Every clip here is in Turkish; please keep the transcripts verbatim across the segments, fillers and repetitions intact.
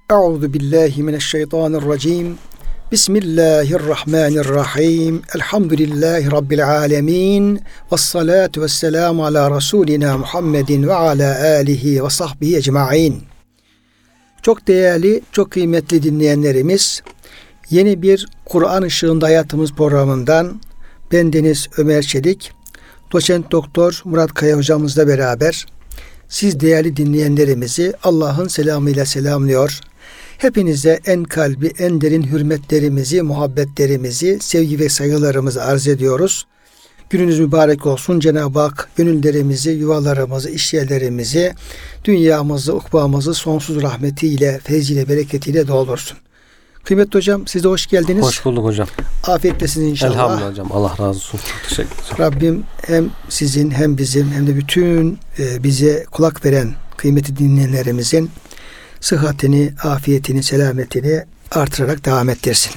Euzu billahi mineşşeytanirracim. Bismillahirrahmanirrahim. Elhamdülillahi Rabbil alemin. Vessalatu vesselamu ala Resulina Muhammedin ve ala alihi ve sahbihi ecmain. Çok değerli, çok kıymetli dinleyenlerimiz, yeni bir Kur'an Işığında Hayatımız programından bendeniz Ömer Çelik, Doçent Doktor Murat Kaya hocamızla beraber siz değerli dinleyenlerimizi Allah'ın selamıyla selamlıyor. Hepinize en kalbi, en derin hürmetlerimizi, muhabbetlerimizi, sevgi ve saygılarımızı arz ediyoruz. Gününüz mübarek olsun. Cenab-ı Hak gönüllerimizi, yuvalarımızı, işyerlerimizi, dünyamızı, ukbamızı sonsuz rahmetiyle, feyziyle, bereketiyle doldursun. Kıymetli hocam, siz de hoş geldiniz. Hoş bulduk hocam. Afiyettesiniz inşallah. Elhamdülillah hocam. Allah razı olsun. Çok teşekkür ederim. Rabbim hem sizin hem bizim hem de bütün e, bize kulak veren kıymetli dinleyenlerimizin sıhhatini, afiyetini, selametini artırarak devam ettirsin.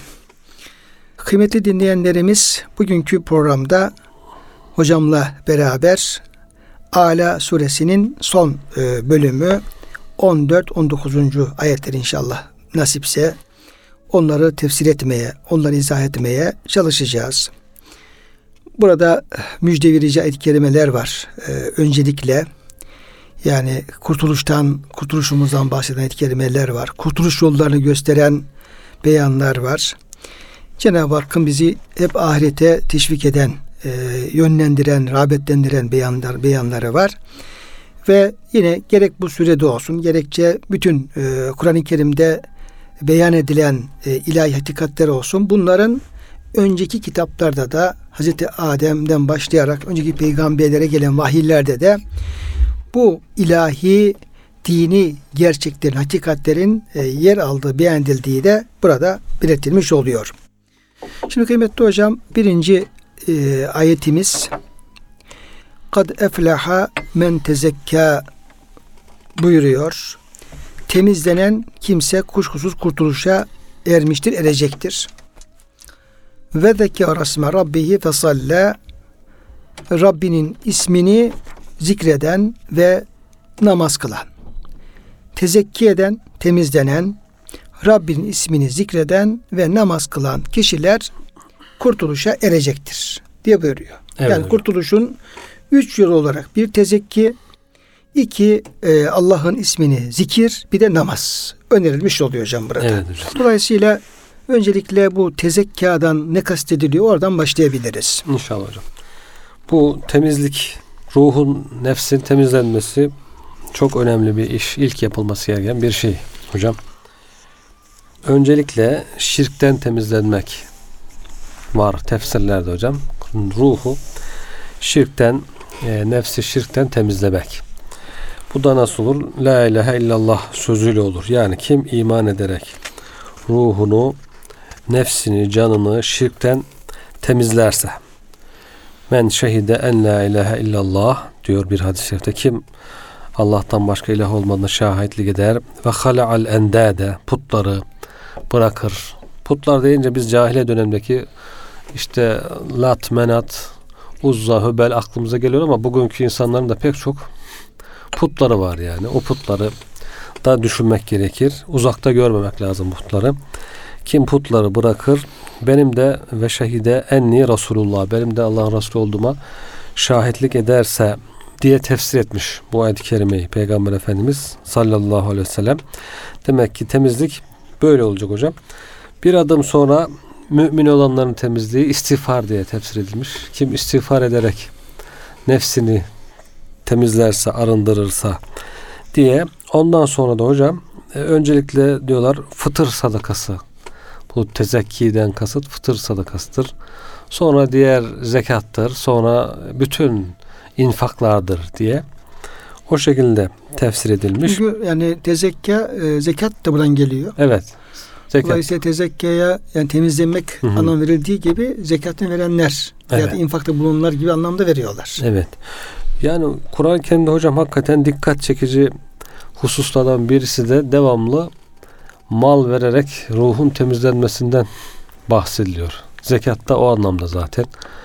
Kıymetli dinleyenlerimiz, bugünkü programda hocamla beraber Ala suresinin son e, bölümü on dört on dokuzuncu ayetler inşallah nasipse onları tefsir etmeye, onları izah etmeye çalışacağız. Burada müjde verici ayet-i kerimeler var. Ee, öncelikle yani kurtuluştan, kurtuluşumuzdan bahseden ayet-i kerimeler var. Kurtuluş yollarını gösteren beyanlar var. Cenab-ı Hakk'ın bizi hep ahirete teşvik eden, e, yönlendiren, rağbetlendiren beyanlar, beyanları var. Ve yine gerek bu sürede olsun, gerekçe bütün e, Kur'an-ı Kerim'de beyan edilen e, ilahi hakikatler olsun. Bunların önceki kitaplarda da Hazreti Adem'den başlayarak önceki peygamberlere gelen vahiylerde de bu ilahi dini gerçeklerin, hakikatlerin e, yer aldığı, beyan edildiği de burada belirtilmiş oluyor. Şimdi kıymetli hocam, birinci e, ayetimiz kad eflaha men tezekka buyuruyor. Temizlenen kimse kuşkusuz kurtuluşa ermiştir, erecektir. Ve zekâ rasme rabbihi fesallâ, Rabbinin ismini zikreden ve namaz kılan. Tezekki eden, temizlenen, Rabbinin ismini zikreden ve namaz kılan kişiler kurtuluşa erecektir diye buyuruyor. Evet, yani kurtuluşun üç yolu olarak bir tezekki, İki, e, Allah'ın ismini zikir, bir de namaz önerilmiş oluyor hocam burada. Evet hocam. Dolayısıyla öncelikle bu tezekkadan ne kastediliyor, oradan başlayabiliriz. İnşallah hocam. Bu temizlik, ruhun, nefsin temizlenmesi çok önemli bir iş. İlk yapılması gereken bir şey hocam. Öncelikle şirkten temizlenmek var tefsirlerde hocam. Ruhu şirkten, e, nefsi şirkten temizlemek. Bu da nasıl olur? La ilahe illallah sözüyle olur. Yani kim iman ederek ruhunu, nefsini, canını şirkten temizlerse. Men şehide en la ilahe illallah diyor bir hadis-i şerifte. Kim Allah'tan başka ilah olmadığına şahitlik eder ve hala'al endade, putları bırakır. Putlar deyince biz cahiliye dönemdeki işte Lat, Menat, Uzza, Hübel aklımıza geliyor ama bugünkü insanların da pek çok putları var yani. O putları da düşünmek gerekir. Uzakta görmemek lazım putları. Kim putları bırakır, benim de ve şehide enni Resulullah, benim de Allah'ın Resulü olduğuma şahitlik ederse diye tefsir etmiş bu ayet-i kerimeyi Peygamber Efendimiz sallallahu aleyhi ve sellem. Demek ki temizlik böyle olacak hocam. Bir adım sonra mümin olanların temizliği istiğfar diye tefsir edilmiş. Kim istiğfar ederek nefsini temizlerse, arındırırsa diye. Ondan sonra da hocam e, öncelikle diyorlar fıtır sadakası. Bu tezekkiden kasıt fıtır sadakasıdır. Sonra diğer zekattır. Sonra bütün infaklardır diye. O şekilde tefsir edilmiş. Çünkü yani tezekka, e, zekat da buradan geliyor. Evet. Zekat. Dolayısıyla tezekkaya yani temizlemek hı hı. anlam verildiği gibi zekatını verenler evet. ya da infakta bulunanlar gibi anlamda veriyorlar. Evet. Yani Kur'an-ı Kerim'de hocam hakikaten dikkat çekici hususlardan birisi de devamlı mal vererek ruhun temizlenmesinden bahsediliyor. Zekat da o anlamda zaten.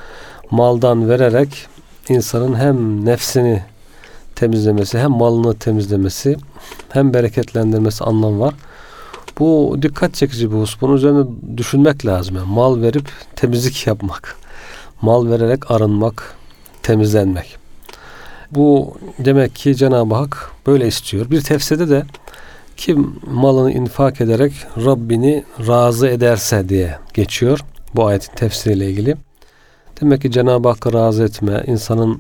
Maldan vererek insanın hem nefsini temizlemesi, hem malını temizlemesi, hem bereketlendirmesi anlamı var. Bu dikkat çekici bir husus. Bunun üzerine düşünmek lazım. Yani mal verip temizlik yapmak. Mal vererek arınmak, temizlenmek. Bu demek ki Cenab-ı Hak böyle istiyor. Bir tefsirde de kim malını infak ederek Rabbini razı ederse diye geçiyor. Bu ayetin tefsiriyle ilgili. Demek ki Cenab-ı Hakk'ı razı etme, insanın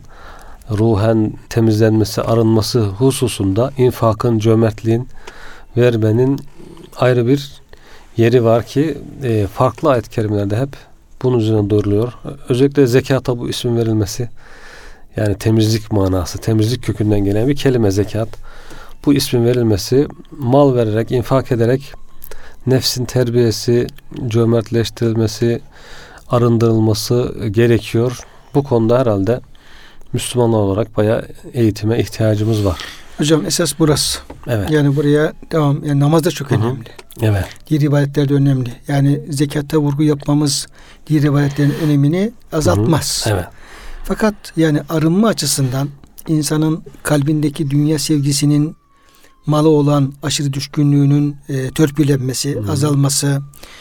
ruhen temizlenmesi, arınması hususunda infakın, cömertliğin, vermenin ayrı bir yeri var ki e, farklı ayet-i kerimelerde hep bunun üzerine duruluyor. Özellikle zekata bu ismin verilmesi, yani temizlik manası, temizlik kökünden gelen bir kelime zekat. Bu ismin verilmesi, mal vererek, infak ederek nefsin terbiyesi, cömertleştirilmesi, arındırılması gerekiyor. Bu konuda herhalde Müslümanlar olarak bayağı eğitime ihtiyacımız var. Hocam esas burası. Evet. Yani buraya devam. Yani namaz da çok Hı hı. önemli. Evet. Diğer ibadetler de önemli. Yani zekatta vurgu yapmamız diğer ibadetlerin önemini azaltmaz. Hı hı. Evet. Fakat yani arınma açısından insanın kalbindeki dünya sevgisinin, malı olan aşırı düşkünlüğünün e, törpülenmesi, hı. azalması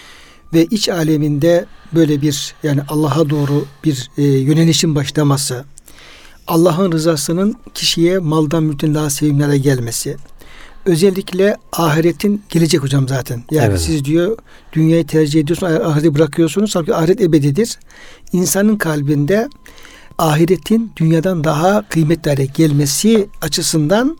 ve iç aleminde böyle bir, yani Allah'a doğru bir e, yönelişin başlaması, Allah'ın rızasının kişiye maldan mülkten daha sevimlere gelmesi, özellikle ahiretin gelecek hocam zaten. Yani evet. Siz diyor dünyayı tercih ediyorsunuz, ahireti bırakıyorsunuz. Halbuki ahiret ebedidir. İnsanın kalbinde ahiretin dünyadan daha kıymetli hale gelmesi açısından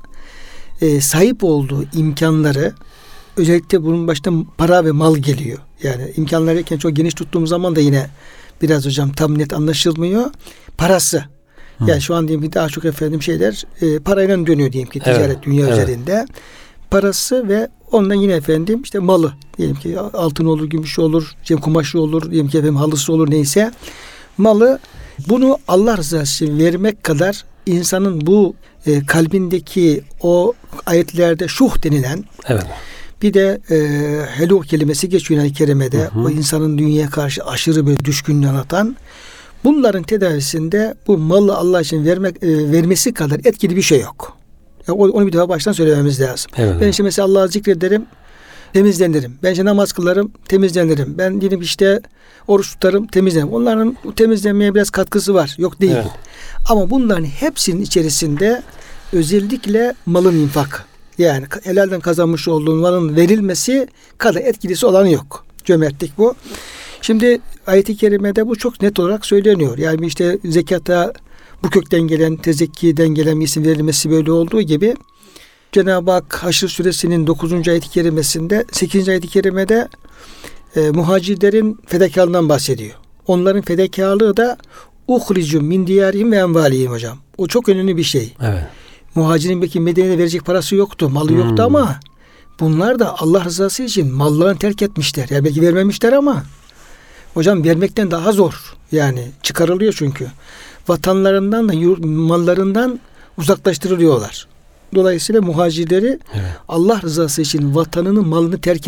e, sahip olduğu imkanları, özellikle bunun başında para ve mal geliyor. Yani imkanları derken çok geniş tuttuğumuz zaman da yine biraz hocam tam net anlaşılmıyor. Parası. Hı. Yani şu an diyelim ki daha çok efendim şeyler e, parayla dönüyor diyelim ki ticaret, evet. dünya evet. üzerinde. Parası ve ondan yine efendim işte malı. Diyelim ki altın olur, gümüş olur, şey, kumaşı olur, diyelim ki efendim halısı olur, neyse. Malı, bunu Allah rızası için vermek kadar insanın bu e, kalbindeki o ayetlerde şuh denilen, evet. bir de e, helu kelimesi geçiyor yani kerimede, hı hı. o insanın dünyaya karşı aşırı bir düşkünlüğü anlatan, bunların tedavisinde bu malı Allah için vermek e, vermesi kadar etkili bir şey yok. Yani onu bir defa baştan söylememiz lazım. Evet. Ben işte mesela Allah'ı zikrederim, temizlenirim. Ben işte namaz kılarım, temizlenirim. Ben diyelim işte oruç tutarım, temizlenirim. Onların temizlenmeye biraz katkısı var. Yok değil. Evet. Ama bunların hepsinin içerisinde özellikle malın infak, yani helalden kazanmış olduğun malın verilmesi kadar etkilisi olan yok. Cömertlik bu. Şimdi ayet-i kerimede bu çok net olarak söyleniyor. Yani işte zekata bu kökten gelen, tezekkiden gelen bir isim verilmesi böyle olduğu gibi Cenab-ı Hak Haşr suresinin dokuzuncu ayet-i kerimesinde, sekizinci ayet-i kerimede e, muhacirlerin fedakarlığından bahsediyor. Onların fedakarlığı da uhricum min diyarihim ve envalihim hocam. O çok önemli bir şey. Evet. Muhacirin belki Medine'de verecek parası yoktu, malı hmm. yoktu ama bunlar da Allah rızası için mallarını terk etmişler. Yani belki vermemişler ama hocam vermekten daha zor. Yani çıkarılıyor çünkü. Vatanlarından da mallarından uzaklaştırılıyorlar. Dolayısıyla muhacirleri evet. Allah rızası için vatanını, malını terk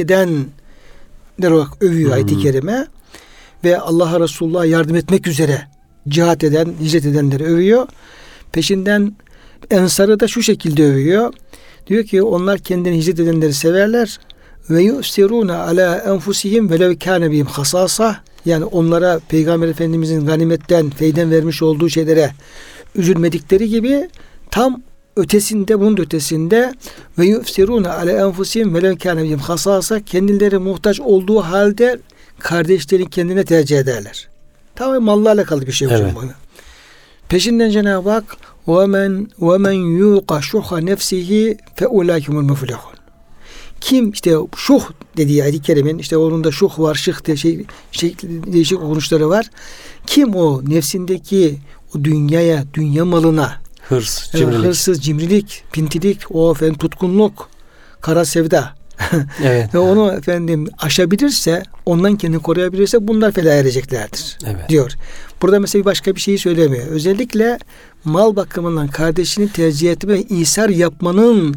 edenler olarak övüyor hmm. ayet-i kerime. Ve Allah'a, Resulullah'a yardım etmek üzere cihat eden, hicret edenleri övüyor. Peşinden Ensar'ı da şu şekilde övüyor. Diyor ki onlar kendini hicret edenleri severler. Ve yusirune ala enfusihim velev kâne bihim hasasa. Yani onlara Peygamber Efendimizin ganimetten, feyden vermiş olduğu şeylere üzülmedikleri gibi tam ötesinde, bunun ötesinde ve yusirune ala enfusihim velev kâne bihim hasasa, kendileri muhtaç olduğu halde kardeşlerin kendine tercih ederler. Tamamen malla alakalı bir şey hocam. Evet. Peşinden Cenab-ı Hak وَمَنْ وَمَنْ يُوقَ شُحَ نَفْسِهِ فَاُولَٰئِكُمُ الْمُفْلِحُونَ. Kim işte şuh dediği ayet-i kerimenin, işte onun da şuh var, şıh diye şey, şey, değişik okunuşları var. Kim o nefsindeki o dünyaya, dünya malına hırs, cimrilik, hırsız, cimrilik, pintilik, o efendim tutkunluk, kara sevda evet. ve onu efendim aşabilirse, ondan kendini koruyabilirse bunlar felah ereceklerdir evet. diyor. Burada mesela başka bir şeyi söylemiyor. Özellikle mal bakımından kardeşini tercih etme, isar yapmanın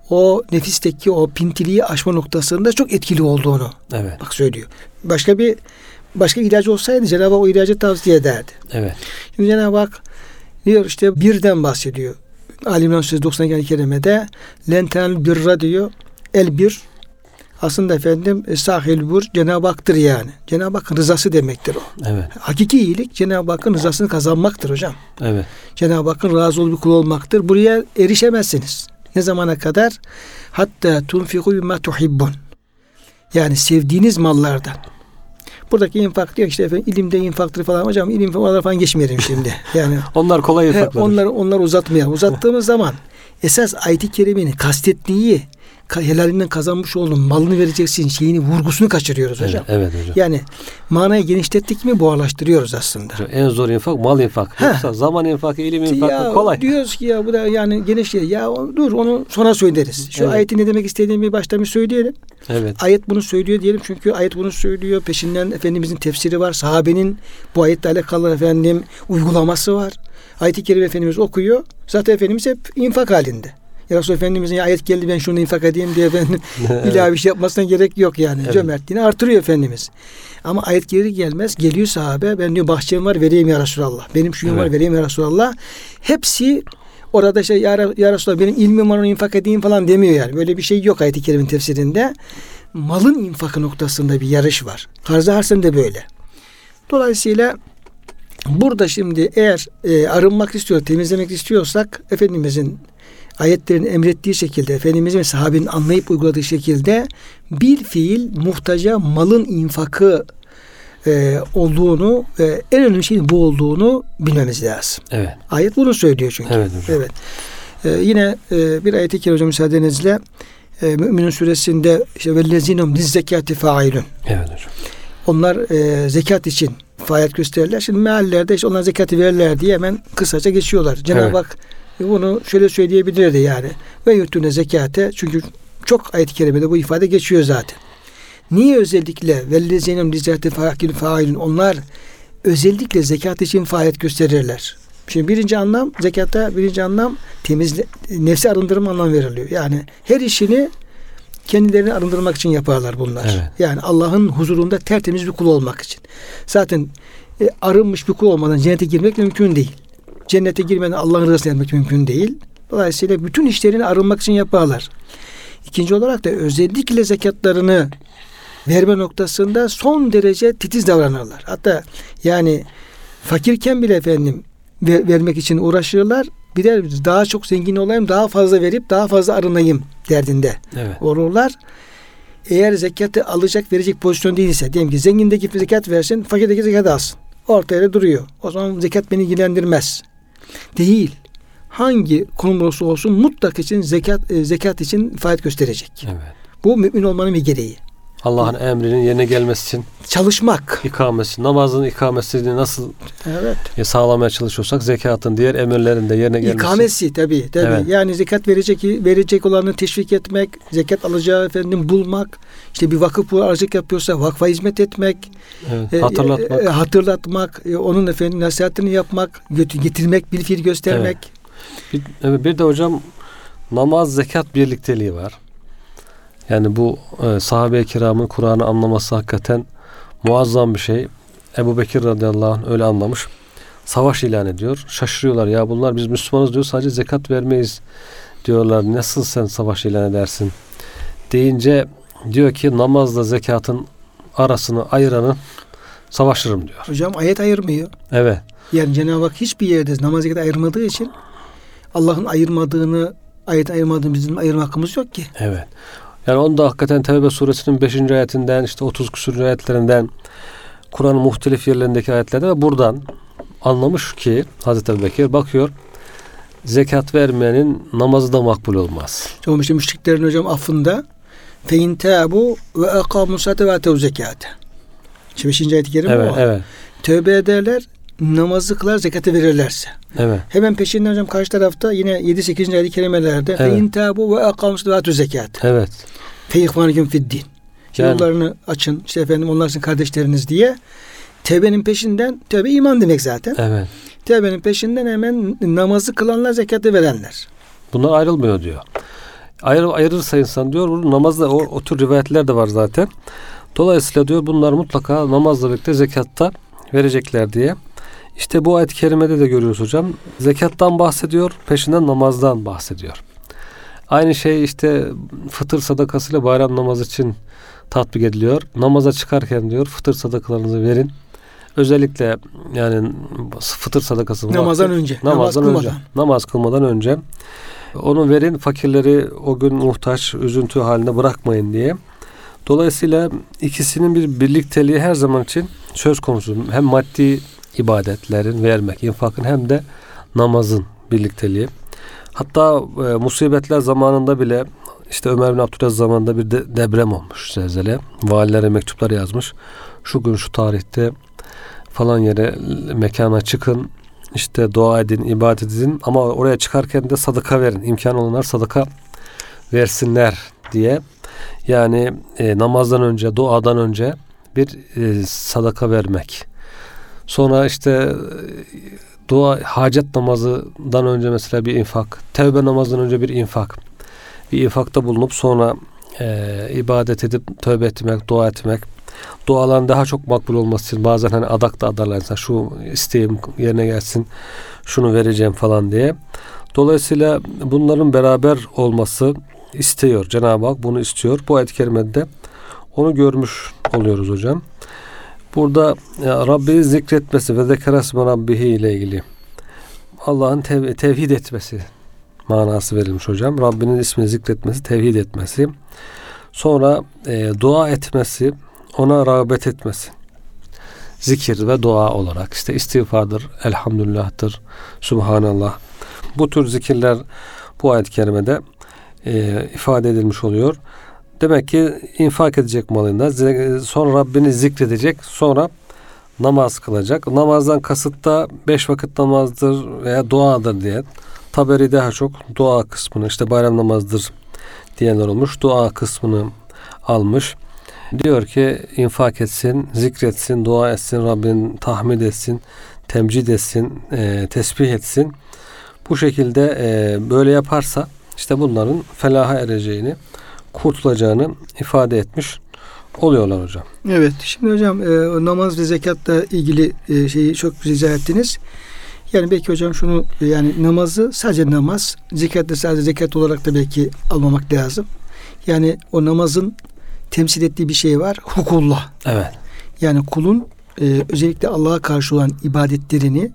o nefisteki o pintiliği aşma noktasında çok etkili olduğunu evet. bak söylüyor. Başka bir başka ilacı olsaydı Cenab-ı Hak o ilacı tavsiye ederdi. Evet. Şimdi Cenab-ı Hak diyor işte birden bahsediyor. Ali İmran Suresi doksan kerimede len tenal birra diyor. El bir Aslında efendim sahil bur Cenab-ı Hak'tır yani. Cenab-ı Hakk'ın rızası demektir o. Evet. Hakiki iyilik Cenab-ı Hakk'ın rızasını kazanmaktır hocam. Evet. Cenab-ı Hakk'ın razı olduğu bir kul olmaktır. Buraya erişemezsiniz. Ne zamana kadar? Hatta tunfiku bima tuhibbun. Yani sevdiğiniz mallardan. Buradaki infak diyor işte efendim ilimde infaktır falan. Hocam ilim falan, falan geçmeyelim şimdi. Yani onlar kolay infaklar. Onları onlar uzatmayalım. Uzattığımız zaman esas ayet-i kerimenin kastettiği helalinden kazanmış olduğun malını vereceksin şeyini vurgusunu kaçırıyoruz hocam. Evet, evet hocam. Yani manayı genişlettik mi buharlaştırıyoruz aslında. Hocam, en zor infak mal infak. Yoksa zaman infakı, ilim infakı kolay. Diyoruz ki ya bu da yani geniş şey. Ya dur onu sonra söyleriz. Şu evet. Ayeti ne demek istediğini bir baştan bir söyleyelim. Evet. Ayet bunu söylüyor diyelim çünkü ayet bunu söylüyor. Peşinden Efendimizin tefsiri var. Sahabenin bu ayetle alakalı efendim uygulaması var. Ayet-i Kerime Efendimiz okuyor. Zaten Efendimiz hep infak halinde. Ya Resulullah Efendimizin ya ayet geldi ben şunu infak edeyim diye efendim ilave bir şey yapmasına gerek yok yani. Evet. Cömertliğini artırıyor Efendimiz. Ama ayet geri gelmez. Geliyor sahabe ben diyor bahçem var vereyim ya Resulallah. Benim şuyum evet. var vereyim ya Resulallah. Hepsi orada şey ya, ya Resulallah benim ilmim var onu infak edeyim falan demiyor yani. Böyle bir şey yok ayet-i kerimenin tefsirinde. Malın infakı noktasında bir yarış var. Harza harsen de böyle. Dolayısıyla burada şimdi eğer e, arınmak istiyor, temizlemek istiyorsak Efendimizin ayetlerin emrettiği şekilde, Efendimizin ve sahabenin anlayıp uyguladığı şekilde bir fiil muhtaca malın infakı e, olduğunu ve en önemli şeyin bu olduğunu bilmemiz lazım. Evet. Ayet bunu söylüyor çünkü. Evet. evet. E, yine e, bir ayet-i kerime hocam müsaadenizle e, Mü'minun suresinde işte vellezinum lizzekati failun. Evet hocam. Onlar e, zekat için faaliyet gösterirler. Şimdi meallerde işte onlar zekatı verirler diye hemen kısaca geçiyorlar. Cenab-ı evet. Hak bunu şöyle söyleyebilirdi yani. Ve yutune zekate çünkü çok ayet-i kerimede bu ifade geçiyor zaten. Niye özellikle vellezinum lizzekati failun onlar özellikle zekat için faaliyet gösterirler. Şimdi birinci anlam zekatta birinci anlam temizle, nefsi arındırma anlam veriliyor. Yani her işini kendilerini arındırmak için yaparlar bunlar. Evet. Yani Allah'ın huzurunda tertemiz bir kul olmak için. Zaten e, arınmış bir kul olmadan cennete girmek mümkün değil. Cennete girmeden Allah'ın rızasını yapmak mümkün değil. Dolayısıyla bütün işlerini arınmak için yaparlar. İkinci olarak da özellikle zekatlarını verme noktasında son derece titiz davranırlar. Hatta yani fakirken bile efendim ver, vermek için uğraşırlar. Bir de daha çok zengin olayım, daha fazla verip daha fazla arınayım derdinde evet. olurlar. Eğer zekatı alacak, verecek pozisyon değilse, diyelim ki zengindeki zekat versin, fakirdeki zekat alsın. Ortaya duruyor. O zaman zekat beni ilgilendirmez. Değil. Hangi konum olursa olsun mutlak için zekat e, zekat için faaliyet gösterecek. Evet. Bu mümin olmanın bir gereği. Allah'ın evet. emrinin yerine gelmesi için çalışmak. İkamesi, namazın ikamesini nasıl evet. sağlamaya çalışıyorsak zekatın diğer emirlerinde yerine gelmesi. İkamesi tabii. tabii. Evet. Yani zekat verecek verecek olanı teşvik etmek, zekat alacağı efendim bulmak, işte bir vakıf aracılık yapıyorsa vakfa hizmet etmek, evet. e, hatırlatmak, e, hatırlatmak, e, onun efendim nasihatini yapmak, getirmek, bir fiil göstermek. Evet. Bir, bir de hocam namaz zekat birlikteliği var. Yani bu e, sahabe-i kiramın Kur'an'ı anlaması hakikaten muazzam bir şey. Ebu Bekir radıyallahu anh öyle anlamış. Savaş ilan ediyor. Şaşırıyorlar. Ya bunlar biz Müslümanız diyor. Sadece zekat vermeyiz diyorlar. Nasıl sen savaş ilan edersin? Deyince diyor ki namazla zekatın arasını ayıranı savaşırım diyor. Hocam ayet ayırmıyor. Evet. Yani Cenab-ı Hak hiçbir yerde namaz zekat ayırmadığı için Allah'ın ayırmadığını, ayet ayırmadığını bizim ayırma hakkımız yok ki. Evet. Yani onu da hakikaten Tevbe suresinin beşinci ayetinden işte otuz küsur ayetlerinden Kur'an'ın muhtelif yerlerindeki ayetlerde ve buradan anlamış ki Hazreti Ebu Bekir bakıyor zekat vermeyenin namazı da makbul olmaz. Tamam işte müşriklerin hocam affında fein tabu ve aqamu salate ve atu zekate. Şimdi beşinci ayet-i kerime evet, o. Evet. Tövbe ederler, namazı kılar, zekatı verirlerse. Evet. Hemen peşinden hocam karşı tarafta yine yedi sekizinci ayet-i kerimelerde evet. fein tabu ve aqamu salate ve atu zekate. Evet. Fe ihvanukum fi'd-din. Yani, yollarını açın. İşte efendim onlar sizin kardeşleriniz diye. Tevbenin peşinden, tevbe iman demek zaten. Evet. Tevbenin peşinden hemen namazı kılanlar, zekatı verenler. Bunlar ayrılmıyor diyor. Ayrı, ayırırsa insan diyor, bu namazda o, o tür rivayetler de var zaten. Dolayısıyla diyor bunlar mutlaka namazla birlikte zekatta verecekler diye. İşte bu ayet-i kerimede de görüyoruz hocam. Zekattan bahsediyor, peşinden namazdan bahsediyor. Aynı şey işte fıtır sadakasıyla bayram namazı için tatbik ediliyor. Namaza çıkarken diyor fıtır sadakalarınızı verin. Özellikle yani fıtır sadakası namazdan vakti, önce, namazdan namaz önce, kılmadan. namaz kılmadan önce onu verin, fakirleri o gün muhtaç, üzüntü halinde bırakmayın diye. Dolayısıyla ikisinin bir birlikteliği her zaman için söz konusu. Hem maddi ibadetlerin vermek, infakın hem de namazın birlikteliği. Hatta e, musibetler zamanında bile işte Ömer bin Abdülaziz zamanında bir de, deprem olmuş, zelzele. Valilere mektuplar yazmış. Şu gün şu tarihte falan yere mekana çıkın, işte dua edin, ibadet edin ama oraya çıkarken de sadaka verin. İmkan olanlar sadaka versinler diye. Yani e, namazdan önce, duadan önce bir e, sadaka vermek. Sonra işte e, dua, hacet namazından önce mesela bir infak, tevbe namazından önce bir infak. Bir infakta bulunup sonra e, ibadet edip tövbe etmek, dua etmek. Duaların daha çok makbul olması için bazen hani adak da adarlar insan, şu isteğim yerine gelsin, şunu vereceğim falan diye. Dolayısıyla bunların beraber olması istiyor. Cenab-ı Hak bunu istiyor. Bu ayet-i kerimede onu görmüş oluyoruz hocam. Burada ya, Rabbini zikretmesi ve zekeresme Rabbihi ile ilgili Allah'ın tev- tevhid etmesi manası verilmiş hocam. Rabbinin ismini zikretmesi, tevhid etmesi. Sonra e, dua etmesi, ona rağbet etmesi. Zikir ve dua olarak işte istiğfardır, elhamdülillah'tır, subhanallah. Bu tür zikirler bu ayet-i kerimede e, ifade edilmiş oluyor. Demek ki infak edecek malında, sonra Rabbini zikredecek, sonra namaz kılacak. Namazdan kasıt da beş vakit namazdır veya duadır diye. Taberi daha çok dua kısmını, işte bayram namazdır diyenler olmuş. Dua kısmını almış. Diyor ki infak etsin, zikretsin, dua etsin, Rabbini tahmid etsin, temcid etsin, e, tesbih etsin. Bu şekilde e, böyle yaparsa işte bunların felaha ereceğini, kurtulacağını ifade etmiş oluyorlar hocam. Evet. Şimdi hocam e, namaz ve zekatla ilgili e, şeyi çok güzel izah ettiniz. Yani belki hocam şunu e, yani namazı sadece namaz, zekatı sadece zekat olarak da belki almamak lazım. Yani o namazın temsil ettiği bir şey var. Hukullah. Evet. Yani kulun e, özellikle Allah'a karşı olan ibadetlerini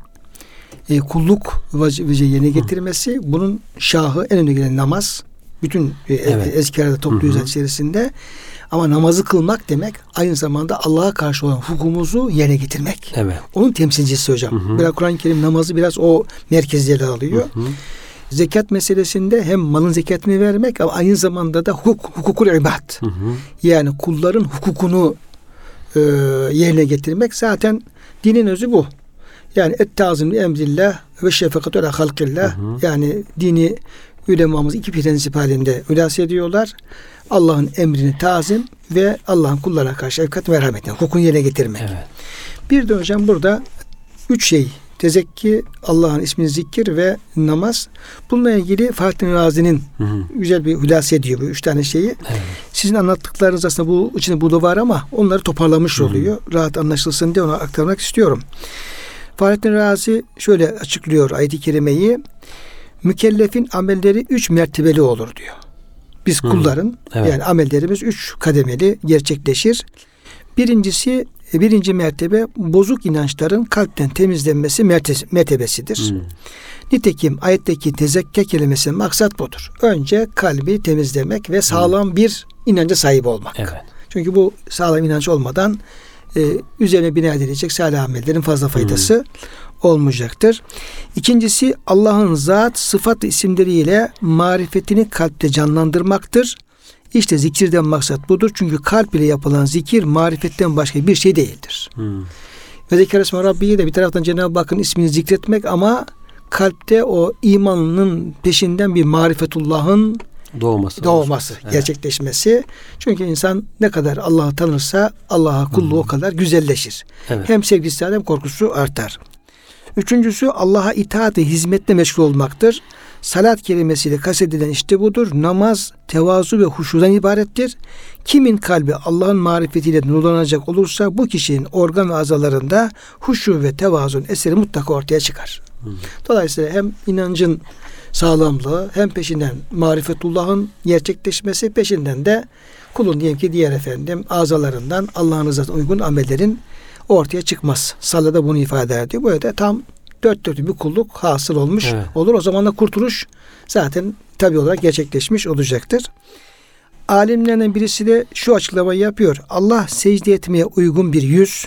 e, kulluk vazifesi yerine getirmesi, bunun şahı en öne gelen namaz. Bütün e, evet. ezkârda topluyoruz içerisinde. Ama namazı kılmak demek aynı zamanda Allah'a karşı olan hukukumuzu yerine getirmek. Evet. Onun temsilcisi hocam. Hı hı. Biraz Kur'an-ı Kerim namazı biraz o merkezde ele alıyor. Hı hı. Zekat meselesinde hem malın zekatını vermek ama aynı zamanda da hukuk, hukukul ibad. Hı hı. Yani kulların hukukunu e, yerine getirmek zaten dinin özü bu. Yani et-tazim li emrillah ve şefakatu ala halkillah. Yani dini ulemamız iki prensip halinde hülasa ediyorlar. Allah'ın emrini tazim ve Allah'ın kullarına karşı şefkat ve merhamet, yani hukukunu yerine getirmek. Evet. Bir de hocam burada üç şey: tezekki, Allah'ın ismini zikir ve namaz. Bununla ilgili Fahrettin Razi'nin hı hı. güzel bir hülasa ediyor bu üç tane şeyi. Evet. Sizin anlattıklarınız aslında bu içinde bu da var ama onları toparlamış hı hı. oluyor. Rahat anlaşılsın diye onu aktarmak istiyorum. Fahrettin Razi şöyle açıklıyor ayet-i kerimeyi. Mükellefin amelleri üç mertebeli olur diyor. Biz kulların evet. yani amellerimiz üç kademeli gerçekleşir. Birincisi, birinci mertebe bozuk inançların kalpten temizlenmesi mertebesidir. Hmm. Nitekim ayetteki tezekke kelimesinin maksat budur. Önce kalbi temizlemek ve sağlam hmm. bir inanca sahip olmak. Evet. Çünkü bu sağlam inanç olmadan e, üzerine bina edilecek salih amellerin fazla faydası hmm. olmayacaktır. İkincisi, Allah'ın zat, sıfat isimleriyle marifetini kalpte canlandırmaktır. İşte zikirden maksat budur. Çünkü kalp ile yapılan zikir marifetten başka bir şey değildir. Hmm. Ve zekeresme Rabbi'yi de bir taraftan Cenab-ı Hakk'ın ismini zikretmek ama kalpte o imanın peşinden bir marifetullah'ın doğması, doğması evet. gerçekleşmesi. Çünkü insan ne kadar Allah'ı tanırsa Allah'a kulluğu hmm. o kadar güzelleşir. Evet. Hem sevgisi hem korkusu artar. Üçüncüsü, Allah'a itaat-i hizmetle meşgul olmaktır. Salat kelimesiyle kastedilen işte budur. Namaz, tevazu ve huşudan ibarettir. Kimin kalbi Allah'ın marifetiyle nurlanacak olursa bu kişinin organ ve azalarında huşu ve tevazun eseri mutlaka ortaya çıkar. Hmm. Dolayısıyla hem inancın sağlamlığı, hem peşinden marifetullah'ın gerçekleşmesi, peşinden de kulun diyelim ki diğer efendim azalarından Allah'ın rızasına uygun amellerin ortaya çıkmaz. Salat da bunu ifade ediyor. Böyle de tam dört dörtlük bir kulluk hasıl olmuş evet. olur. O zaman da kurtuluş zaten tabii olarak gerçekleşmiş olacaktır. Alimlerden birisi de şu açıklamayı yapıyor. Allah secde etmeye uygun bir yüz,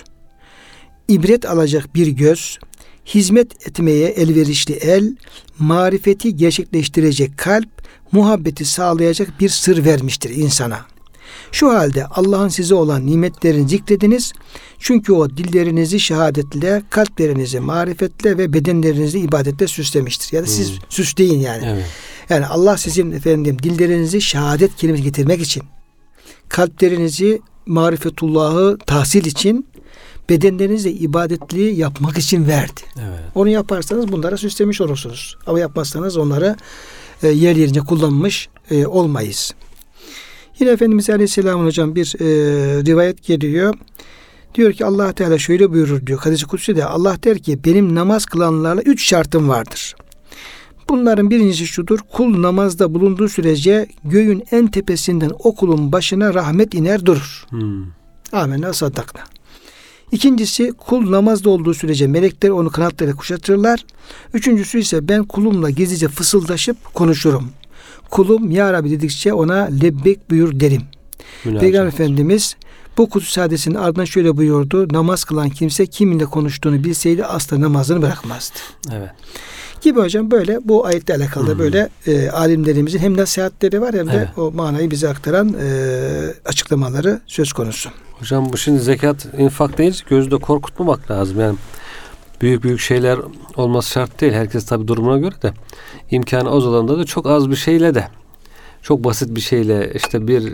ibret alacak bir göz, hizmet etmeye elverişli el, marifeti gerçekleştirecek kalp, muhabbeti sağlayacak bir sır vermiştir insana. Şu halde Allah'ın size olan nimetlerini zikrediniz. Çünkü o dillerinizi şehadetle, kalplerinizi marifetle ve bedenlerinizi ibadetle süslemiştir. Yani siz hmm. süsleyin yani. Evet. Yani Allah sizin efendim dillerinizi şehadet kelimesi getirmek için, kalplerinizi marifetullah'ı tahsil için, bedenlerinizi ibadetli yapmak için verdi. Evet. Onu yaparsanız bunlara süslemiş olursunuz. Ama yapmazsanız onları e, yer yerince kullanmış e, olmayız. Yine Efendimiz Aleyhisselam'ın hocam bir e, rivayet geliyor. Diyor ki Allah Teala şöyle buyurur diyor. Hadis-i Kutsi de Allah der ki benim namaz kılanlarla üç şartım vardır. Bunların birincisi şudur. Kul namazda bulunduğu sürece göğün en tepesinden o kulun başına rahmet iner durur. Hmm. Amenna saddakna. İkincisi kul namazda olduğu sürece melekler onu kanatlarıyla kuşatırlar. Üçüncüsü ise ben kulumla gizlice fısıldaşıp konuşurum. Kulum ya Rabbi dedikçe ona lebbek buyur derim. Münasır. Peygamber Efendimiz bu kutsi hadisinin ardından şöyle buyurdu. Namaz kılan kimse kiminle konuştuğunu bilseydi asla namazını bırakmazdı. Evet. Gibi hocam böyle bu ayetle alakalı hmm. böyle e, alimlerimizin hem nasihatleri var hem de evet. o manayı bize aktaran e, açıklamaları söz konusu. Hocam bu şimdi zekat, infak değil, gözde korkutmamak lazım. Yani büyük büyük şeyler olması şart değil. Herkes tabii durumuna göre de imkanı az olanda da çok az bir şeyle de çok basit bir şeyle işte bir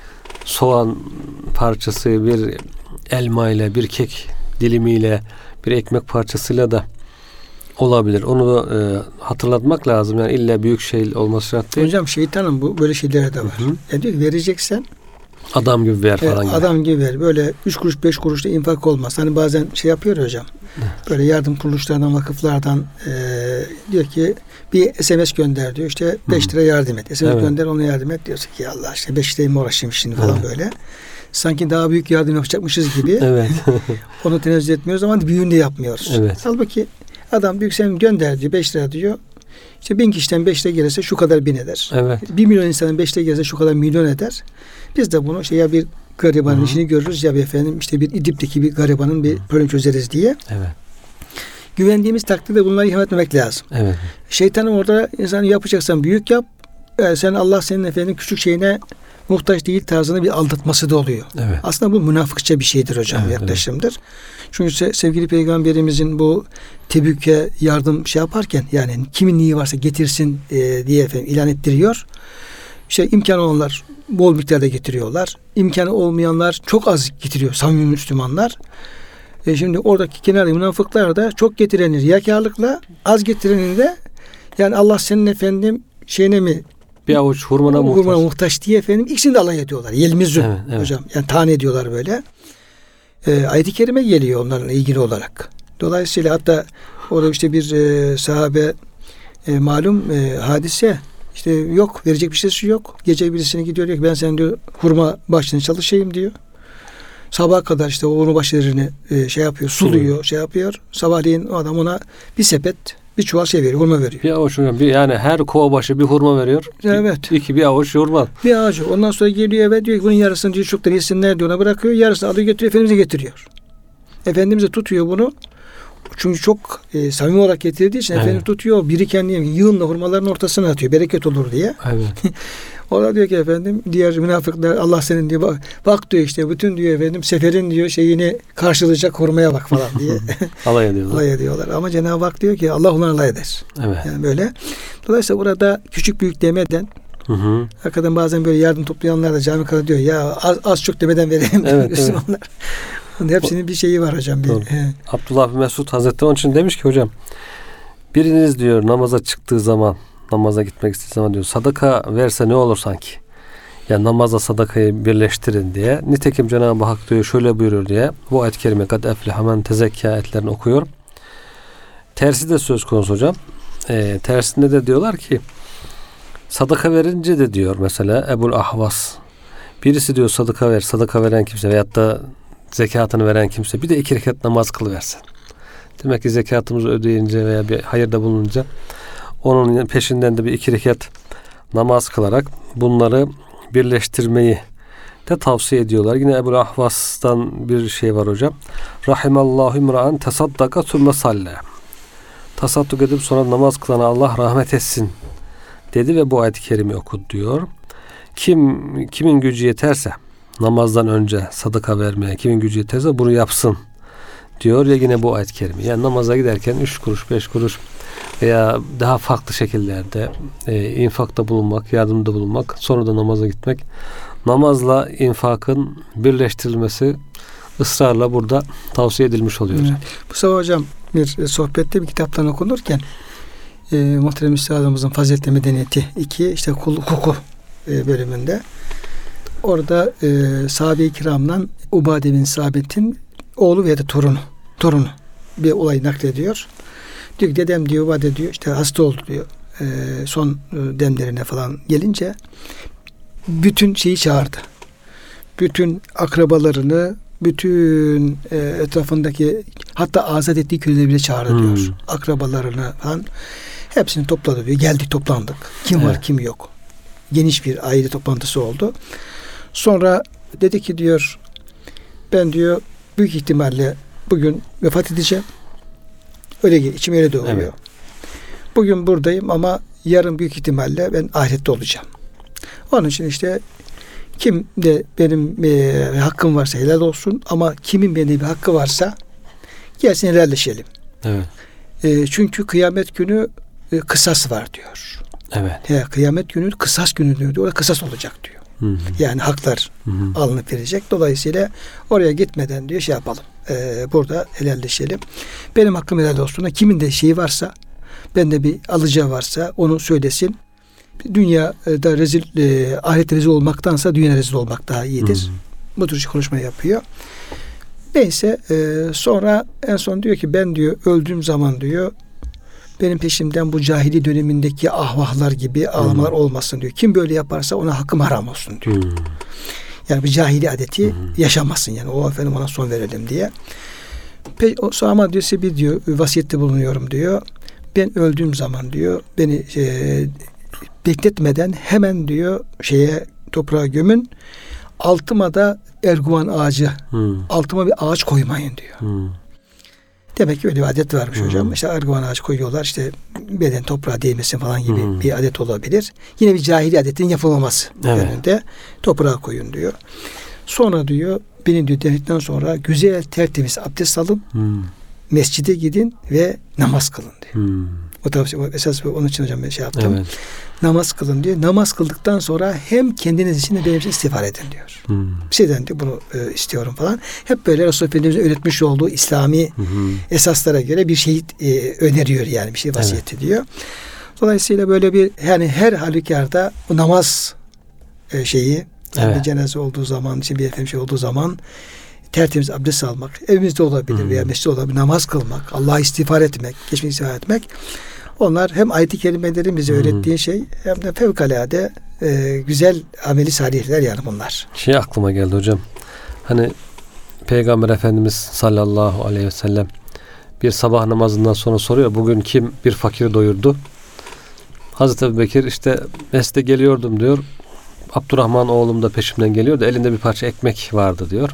soğan parçası, bir elma ile, bir kek dilimiyle, bir ekmek parçasıyla da olabilir. Onu da e, hatırlatmak lazım. Yani illa büyük şey olması şart değil. Hocam şeytanın bu böyle şeylere de var. Yani diyor ki vereceksen adam gibi ver falan e, gibi. Adam gibi ver. Böyle üç kuruş beş kuruşta infak olmaz. Hani bazen şey yapıyor hocam. Böyle yardım kuruluşlardan, vakıflardan e, diyor ki bir S M S gönder diyor. İşte beş lira yardım et. S M S evet. gönder ona yardım et. Diyorsun ki Allah işte beş lirayı mı uğraşayım şimdi falan evet. böyle. Sanki daha büyük yardım yapacakmışız gibi. Evet. Onu tenezzül etmiyoruz ama büyüğünü de yapmıyoruz. Evet. Halbuki adam büyük sen gönder diyor. beş lira diyor. İşte bin kişiden beş lira gelirse şu kadar bin eder. Evet. Bir milyon insanın beş lira gelirse şu kadar milyon eder. Biz de bunu şey ya bir garibanın Hı-hı. işini görürüz ya bir efendim işte bir İdlib'deki bir garibanın bir problem çözeriz diye. Evet. Güvendiğimiz takdirde bunları ihmal etmemek lazım. Evet. Şeytanın orada insanı yapacaksan büyük yap. Yani sen Allah senin efendim küçük şeyine muhtaç değil tarzında bir aldatması da oluyor. Evet. Aslında bu münafıkça bir şeydir hocam, evet, yaklaşımdır. Evet. Çünkü sevgili Peygamberimizin bu Tebük'e yardım şey yaparken yani kimin niye varsa getirsin e, diye efendim ilan ettiriyor. İşte imkanı olanlar bol miktarda getiriyorlar. İmkanı olmayanlar çok az getiriyor samimi Müslümanlar. E şimdi oradaki kenarda münafıklar da çok getirenir riyakarlıkla, az getirenir de yani Allah senin efendim şeyine mi bir avuç hurmana muhtaç. Hurmana muhtaç diye efendim ikisini de alay ediyorlar. Yelmizün evet, evet. hocam. Yani tane ediyorlar böyle. E, ayet-i kerime geliyor onlarla ilgili olarak. Dolayısıyla hatta orada işte bir e, sahabe e, malum e, hadise işte yok verecek bir şeysi yok. Gece birisine gidiyor diyor ki ben senin diyor hurma bahçesinde çalışayım diyor. Sabaha kadar işte o hurma bahçelerini e, şey yapıyor, suluyor, şey yapıyor. Sabahleyin o adam ona bir sepet bir çuval şey veriyor, hurma veriyor. Bir avuç hurma. Bir, yani her kova başı bir hurma veriyor. Evet. Bir, iki bir avuç hurma. Bir avuç. Ondan sonra geliyor eve diyor ki bunun yarısını diyor çocuklar yesinler diyor ona bırakıyor. Yarısını alıyor götürüyor Efendimiz'e getiriyor. Efendimiz de tutuyor bunu. Çünkü çok e, samimi olarak getirdiği için evet. Efendimiz tutuyor. Biriken diye yığınla hurmaların ortasına atıyor. Bereket olur diye. Evet. Orada diyor ki efendim diğer münafıklar Allah senin diyor bak, bak diyor işte bütün diyor efendim seferin diyor şeyini karşılayacak hurmaya bak falan diye. alay ediyorlar. alay ediyorlar. Ama Cenab-ı Hak diyor ki Allah onları alay eder. Evet. Yani böyle. Dolayısıyla burada küçük büyük demeden hı hı. hakikaten bazen böyle yardım toplayanlar da cami kadar diyor ya az, az çok demeden verelim evet, Müslümanlar. Evet. Hepsinin bir şeyi var hocam. Bir, Abdullah bin Mesud Hazretleri onun için demiş ki hocam biriniz diyor namaza çıktığı zaman namaza gitmek istediği zaman diyor sadaka verse ne olur sanki? Ya namazla sadakayı birleştirin diye. Nitekim Cenab-ı Hak diyor şöyle buyuruyor diye. Bu ayet-i kerime kad efleha men tezekka ayetlerini okuyor. Tersi de söz konusu hocam. e, tersinde de diyorlar ki sadaka verince de diyor mesela Ebul Ahvas, birisi diyor sadaka ver, sadaka veren kimse veyahut da zekatını veren kimse bir de iki rekat namaz kılıversin. Demek ki zekatımızı ödeyince veya bir hayırda bulununca onun peşinden de bir iki rekat namaz kılarak bunları birleştirmeyi de tavsiye ediyorlar. Yine Ebu Ahvas'tan bir şey var hocam. Rahimallahu imra'an tasaddaka sümme salle. Tasadduk edip sonra namaz kılana Allah rahmet etsin dedi ve bu ayet-i kerime okudu diyor. Kim kimin gücü yeterse namazdan önce sadaka vermeye kimin gücü yeterse bunu yapsın diyor ya yine bu ayet-i kerime. Yani namaza giderken üç kuruş, beş kuruş veya daha farklı şekillerde e, infakta bulunmak, yardımda bulunmak, sonra da namaza gitmek. Namazla infakın birleştirilmesi ısrarla burada tavsiye edilmiş oluyor. Evet. Bu sabah hocam bir sohbette bir kitaptan okunurken e, Muhterem Üstadımızın Faziletli Medeniyeti iki işte kul hukuku e, bölümünde orada e, sahabe-i kiramdan Ubade bin Sabit'in oğlu veya da torunu torunu bir olay naklediyor. Diyor ki dedem diyor Ubade diyor işte hasta oldu diyor. E, son e, demlerine falan gelince bütün şeyi çağırdı. Bütün akrabalarını, bütün e, etrafındaki hatta azat ettiği köleleri bile çağırdı hmm. diyor. Akrabalarını falan hepsini topladı diyor. Geldik toplandık. Kim evet. var kim yok. Geniş bir aile toplantısı oldu. Sonra dedi ki diyor ben diyor büyük ihtimalle bugün vefat edeceğim. Öyle içim öyle doğuyor. Evet. Bugün buradayım ama yarın büyük ihtimalle ben ahirette olacağım. Onun için işte kim de benim e, hakkım varsa helal olsun ama kimin benim bir hakkı varsa gelsin helalleşelim. Evet. E, çünkü kıyamet günü e, kısas var diyor. Evet. He, kıyamet günü kısas günü diyor. Orada kısas olacak diyor. Hı hı. Yani haklar hı hı. alınıp verecek. Dolayısıyla oraya gitmeden diyor şey yapalım. E, burada helalleşelim. Benim hakkım helal olsun. Kimin de şeyi varsa bende bir alacağı varsa onu söylesin. Dünyada rezil, e, ahirette rezil olmaktansa dünya rezil olmak daha iyidir. Hmm. Bu tür konuşma yapıyor. Neyse e, sonra en son diyor ki ben diyor öldüğüm zaman diyor benim peşimden bu cahili dönemindeki ahvahlar gibi ağlamalar hmm. olmasın diyor. Kim böyle yaparsa ona hakkım haram olsun diyor. Hmm. Yani bir cahili adeti hmm. yaşamasın yani. O efendim ona son verelim diye. Pe sonra ama diyor size bir diyor vasiyette bulunuyorum diyor. Ben öldüğüm zaman diyor beni e, bekletmeden hemen diyor şeye toprağa gömün. Altıma da erguvan ağacı, hmm. altıma bir ağaç koymayın diyor. Hmm. Demek ki öyle bir adet varmış hmm. hocam. İşte erguvan ağacı koyuyorlar. İşte beden toprağa değmesin falan gibi hmm. bir adet olabilir. Yine bir cahili adetin yapılmaması evet. yönünde toprağa koyun diyor. Sonra diyor beni diyor denedikten sonra güzel tertemiz abdest alın. Hmm. Mescide gidin ve namaz kılın diyor. Hmm. O tabii esas onun için hocam ben şey yaptım. Evet. Namaz kılın diyor. Namaz kıldıktan sonra hem kendiniz için de benim için istiğfar edin diyor. Hmm. Şeyden diyor bunu e, istiyorum falan. Hep böyle Resulullah Efendimiz'in öğretmiş olduğu İslami hmm. esaslara göre bir şey e, öneriyor yani bir şey vasiyet evet. ediyor. Dolayısıyla böyle bir yani her halükarda bu namaz e, şeyi yani evet. bir cenaze olduğu zaman işte bir efendim şey olduğu zaman tertemiz abdest almak, evimizde olabilir hmm. veya mescide olabilir, namaz kılmak, Allah'a istiğfar etmek, geçmiş istiğfar etmek. Onlar hem ayet-i kerimelerin bize hmm. öğrettiği şey hem de fevkalade e, güzel ameli salihler yani bunlar. Şey aklıma geldi hocam. Hani Peygamber Efendimiz sallallahu aleyhi ve sellem bir sabah namazından sonra soruyor. Bugün kim bir fakiri doyurdu? Hazreti Ebubekir işte mescide geliyordum diyor. Abdurrahman oğlum da peşimden geliyordu. Elinde bir parça ekmek vardı diyor.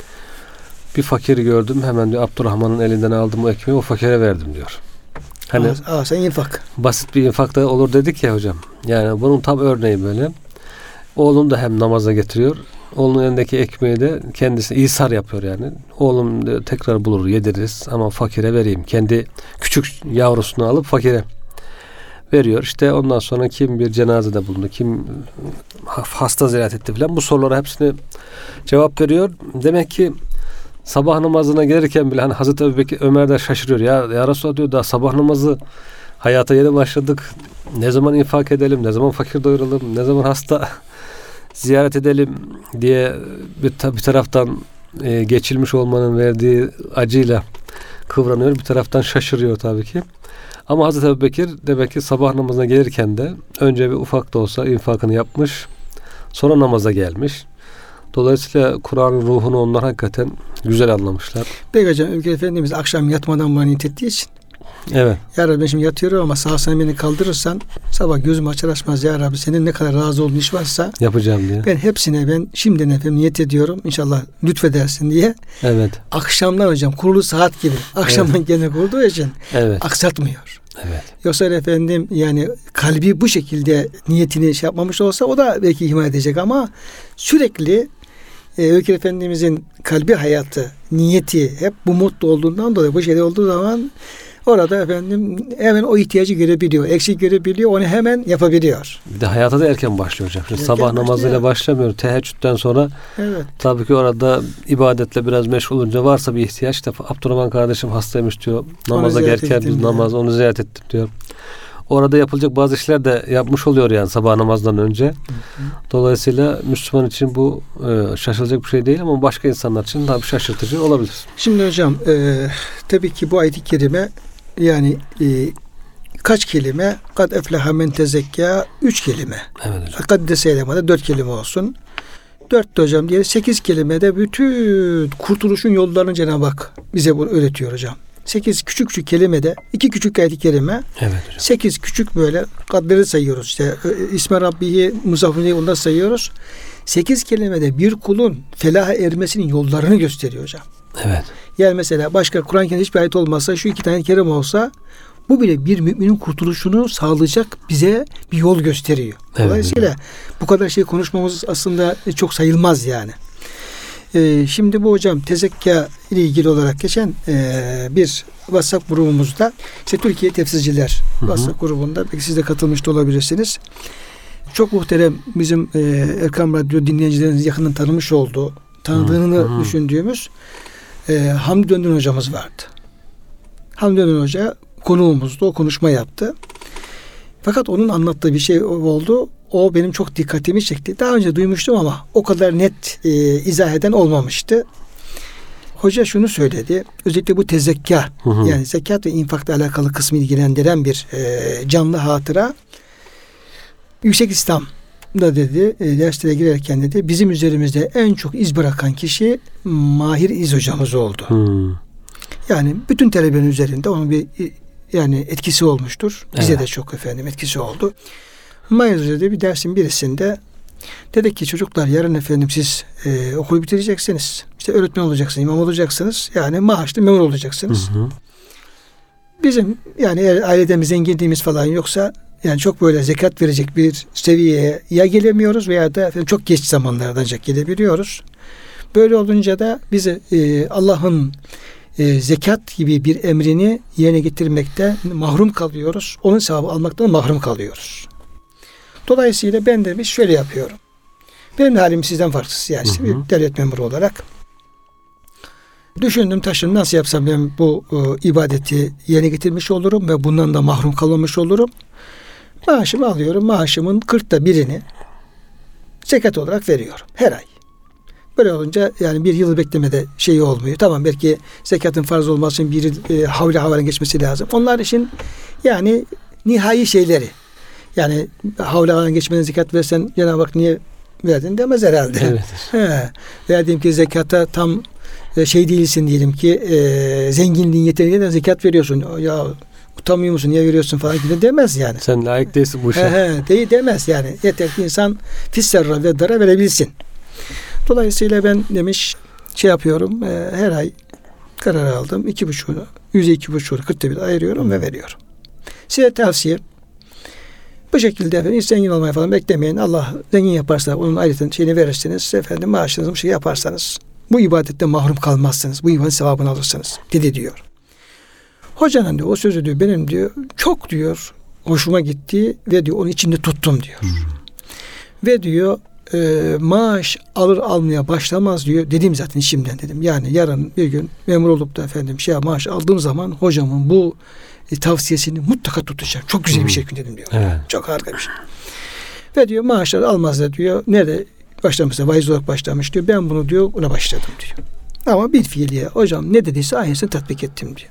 Bir fakiri gördüm. Hemen diyor Abdurrahman'ın elinden aldım o ekmeği o fakire verdim diyor. Hani aa, aa, sen infak. Basit bir infak da olur dedik ya hocam. Yani bunun tam örneği böyle. Oğlum da hem namaza getiriyor. Oğlunun elindeki ekmeği de kendisi İsar yapıyor yani. Oğlum diyor, tekrar bulur yediririz ama fakire vereyim. Kendi küçük yavrusunu alıp fakire veriyor. İşte ondan sonra kim bir cenazede bulundu, kim hasta ziyaret etti falan bu sorulara hepsini cevap veriyor. Demek ki sabah namazına gelirken bile hani Hazreti Ebubekir Ömer de şaşırıyor. Ya, ya Resulallah diyor daha sabah namazı hayata yeni başladık. Ne zaman infak edelim, ne zaman fakir doyuralım, ne zaman hasta ziyaret edelim diye bir, bir taraftan e, geçilmiş olmanın verdiği acıyla kıvranıyor, bir taraftan şaşırıyor tabii ki. Ama Hazreti Ebubekir demek ki sabah namazına gelirken de önce bir ufak da olsa infakını yapmış, sonra namaza gelmiş. Dolayısıyla Kur'an'ın ruhunu onlar hakikaten güzel anlamışlar. Peki hocam, Ebubekir Efendimiz akşam yatmadan bana niyet ettiği için, evet. Ya Rabbi ben şimdi yatıyorum ama sağ salim beni kaldırırsan sabah gözüm açar açmaz ya Rabbi senin ne kadar razı olduğun iş varsa yapacağım diye. Ben hepsine ben şimdiden efendim niyet ediyorum. İnşallah lütfedersin diye. Evet. Akşamdan hocam kurulu saat gibi. Akşamdan evet. Gene kurduğu için evet. aksatmıyor. Evet. Yoksa efendim yani kalbi bu şekilde niyetini şey yapmamış olsa o da belki ihmal edecek ama sürekli e, Ebubekir Efendimizin kalbi hayatı, niyeti hep bu mutlu olduğundan dolayı bu şeyler olduğu zaman orada efendim hemen o ihtiyacı görebiliyor, eksik görebiliyor, onu hemen yapabiliyor. Bir de hayata da erken başlıyor hocam. Şimdi erken sabah namazıyla başlamıyor. Teheccüden sonra evet. Tabii ki orada ibadetle biraz meşgul olunca varsa bir ihtiyaç da Abdurrahman kardeşim hastaymış diyor. Namaza gelirken biz namaz onu ziyaret ettim diyor. Orada yapılacak bazı işler de yapmış oluyor yani sabah namazdan önce. Hı hı. Dolayısıyla Müslüman için bu e, şaşılacak bir şey değil ama başka insanlar için tabii şaşırtıcı olabilir. Şimdi hocam e, tabii ki bu ayet-i kerime yani e, kaç kelime? Kad efleha men tezekka üç kelime. Evet hocam. Kad deseyleme dört kelime olsun. Dört de hocam diye sekiz kelimede bütün kurtuluşun yollarını Cenab-ı Hak bize bunu öğretiyor hocam. Sekiz küçük küçük kelimede iki küçük ayet-i kerime. Evet hocam. Sekiz küçük böyle kadları sayıyoruz. İşte İsme Rabbihi Muzaffine'yi onda sayıyoruz. Sekiz kelimede bir kulun felaha ermesinin yollarını gösteriyor hocam. Evet. Yani mesela başka Kur'an-ı Kerim'de hiçbir ayet olmazsa şu iki tane kerim olsa bu bile bir müminin kurtuluşunu sağlayacak bize bir yol gösteriyor. Evet, dolayısıyla evet. bu kadar şey konuşmamız aslında çok sayılmaz yani. Ee, şimdi bu hocam tezekka ile ilgili olarak geçen e, bir WhatsApp grubumuzda işte Türkiye Tefsirciler hı hı. WhatsApp grubunda belki siz de katılmış da olabilirsiniz. Çok muhterem bizim e, Erkam Radyo dinleyicileriniz yakından tanımış olduğu, tanıdığını hı hı. düşündüğümüz e, Hamdi Döndürün hocamız vardı. Hamdi Döndürün hoca konuğumuzdu. O konuşma yaptı. Fakat onun anlattığı bir şey oldu. O benim çok dikkatimi çekti. Daha önce duymuştum ama o kadar net e, izah eden olmamıştı. Hoca şunu söyledi. Özellikle bu tezekka hı hı. yani zekat ve infakla alakalı kısmı ilgilendiren bir e, canlı hatıra. Yüksek İslam'da dedi, e, derslere girerken dedi, bizim üzerimizde en çok iz bırakan kişi Mahir İz hocamız oldu. Hı. Yani bütün talebelerin üzerinde onun bir yani etkisi olmuştur. Bize evet. de çok efendim etkisi oldu. Mahir Hoca dedi bir dersin birisinde dedi ki çocuklar yarın efendim siz e, okulu bitireceksiniz. İşte öğretmen olacaksınız, imam olacaksınız. Yani maaşlı memur olacaksınız. Hı hı. Bizim yani eğer aileden bir zenginliğimiz falan yoksa yani çok böyle zekat verecek bir seviyeye ya gelemiyoruz veya da efendim çok geç zamanlarda ancak gelebiliyoruz. Böyle olunca da bizi e, Allah'ın e, zekat gibi bir emrini yerine getirmekte mahrum kalıyoruz. Onun sevabı almaktan mahrum kalıyoruz. Dolayısıyla ben de bir şöyle yapıyorum. Benim halim sizden farksız yani hı hı. bir devlet memuru olarak. Düşündüm taşındım nasıl yapsam ben bu e, ibadeti yerine getirmiş olurum ve bundan da mahrum kalmamış olurum. Maaşımı alıyorum. Maaşımın kırkta birini zekat olarak veriyorum her ay. Böyle olunca yani bir yılı beklemede şey olmuyor. Tamam belki zekatın farz olması için bir e, havle havalen geçmesi lazım. Onlar için yani nihai şeyleri. Yani havle havalen geçmeden zekat versen Cenab-ı Hak niye verdin demez herhalde. Evet. He. Veya diyelim ki zekata tam e, şey değilsin diyelim ki e, zenginliğin yeteneğiyle zekat veriyorsun. Ya utanmıyor musun niye veriyorsun falan gibi demez yani. Sen layık değilsin bu işe. He he değil demez yani. Yeter ki insan fisserra ve dara verebilsin. Dolayısıyla ben demiş şey yapıyorum e, her ay karar aldım. iki buçuğunu, yüzde iki buçuğunu kırkta bir ayırıyorum ve veriyorum. Size tavsiye bu şekilde efendim hiç zengin olmayı falan beklemeyin. Allah zengin yaparsa onun ayrıca şeyini verirsiniz. Efendim maaşınızı bir şey yaparsanız bu ibadette mahrum kalmazsınız. Bu ibadet sevabını alırsınız. Dedi diyor. Hocanın diyor o sözü diyor benim diyor çok diyor hoşuma gitti ve diyor onun içinde tuttum diyor. Hmm. Ve diyor e, maaş alır almaya başlamaz diyor. Dedim zaten şimdiden dedim. Yani yarın bir gün memur olup da efendim şey maaş aldığım zaman hocamın bu e, tavsiyesini mutlaka tutacağım. Çok güzel hmm. bir şey dedim diyor. Evet. Çok harika bir şey. Ve diyor maaşları almaz da diyor. Nerede başlamışsa vaiz olarak başlamış diyor. Ben bunu diyor ona başladım diyor. Ama bir fiiliye hocam ne dediyse aynısını tatbik ettim diyor.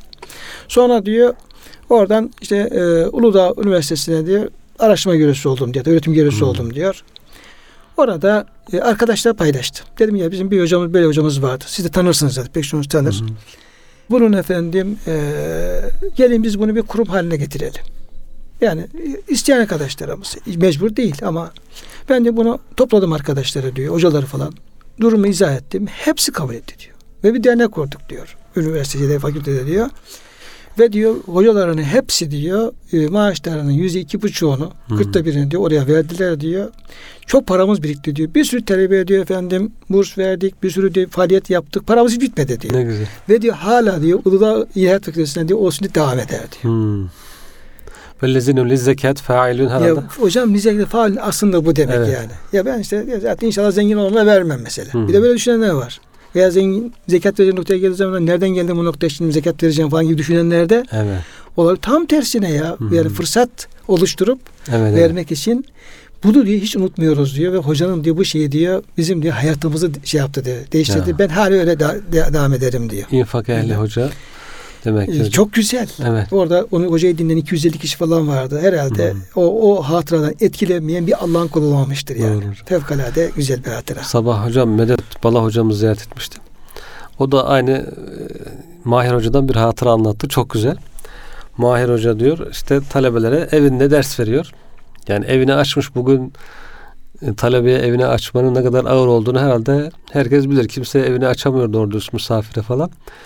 Sonra diyor oradan işte e, Uludağ Üniversitesi'ne diyor araştırma görevlisi oldum diyor. Öğretim görevlisi hmm. oldum diyor. Orada e, arkadaşlar paylaştı. Dedim ya bizim bir hocamız böyle hocamız vardı. Siz de tanırsınız zaten. Pek çoğunuz tanır. Hmm. Bunun efendim e, gelin biz bunu bir kurum haline getirelim. Yani isteyen arkadaşlarımız mecbur değil ama ben de bunu topladım arkadaşlara diyor. Hocaları falan. Durumu izah ettim. Hepsi kabul etti diyor. Ve bir dernek kurduk diyor. Üniversitede, fakültede diyor. Ve diyor hocalarının hepsi diyor e, maaşlarının yüzde iki buçuğunu kırkta birini diyor oraya verdiler diyor. Çok paramız birikti diyor. Bir sürü talebe diyor efendim burs verdik. Bir sürü diyor, faaliyet yaptık. Paramız hiç bitmedi diyor. Ne güzel. Ve diyor hala diyor Uludağ İlahiyat Fakültesi'ne diyor olsun diye devam eder diyor. Hmm. Vellezinun lizzekat failun herhalde. Ya hocam lizzekat fail aslında bu demek evet. yani. Ya ben işte zaten inşallah zengin olana vermem mesela. Hmm. Bir de böyle düşünenler var. Veya zengin zekat vereceğim noktaya geldiği zaman nereden geldim bu noktaya şimdi zekat vereceğim falan gibi düşünenler de evet. olabilir. Tam tersine ya. Hmm. Yani fırsat oluşturup evet, vermek evet. için bunu diyor hiç unutmuyoruz diyor ve hocanın diyor bu şeyi diyor bizim diyor hayatımızı şey yaptı diyor. Değiştirdi. Ya. Ben hala öyle da, de, devam ederim diyor. İnfak ehli evet. hoca demek ki. Ee, çok güzel. Evet. Orada onu hocayı dinleyen iki yüz elli kişi falan vardı. Herhalde hmm. o o hatıradan etkilenmeyen bir Allah'ın kulu olmamıştır yani. Doğru. Fevkalade güzel bir hatıra. Sabah hocam Medet Bala hocamızı ziyaret etmiştim. O da aynı e, Mahir Hoca'dan bir hatıra anlattı. Çok güzel. Mahir Hoca diyor işte talebelere evinde ders veriyor. Yani evini açmış bugün e, talebeye evini açmanın ne kadar ağır olduğunu herhalde herkes bilir. Kimse evini açamıyor doğru dürüst misafire falan.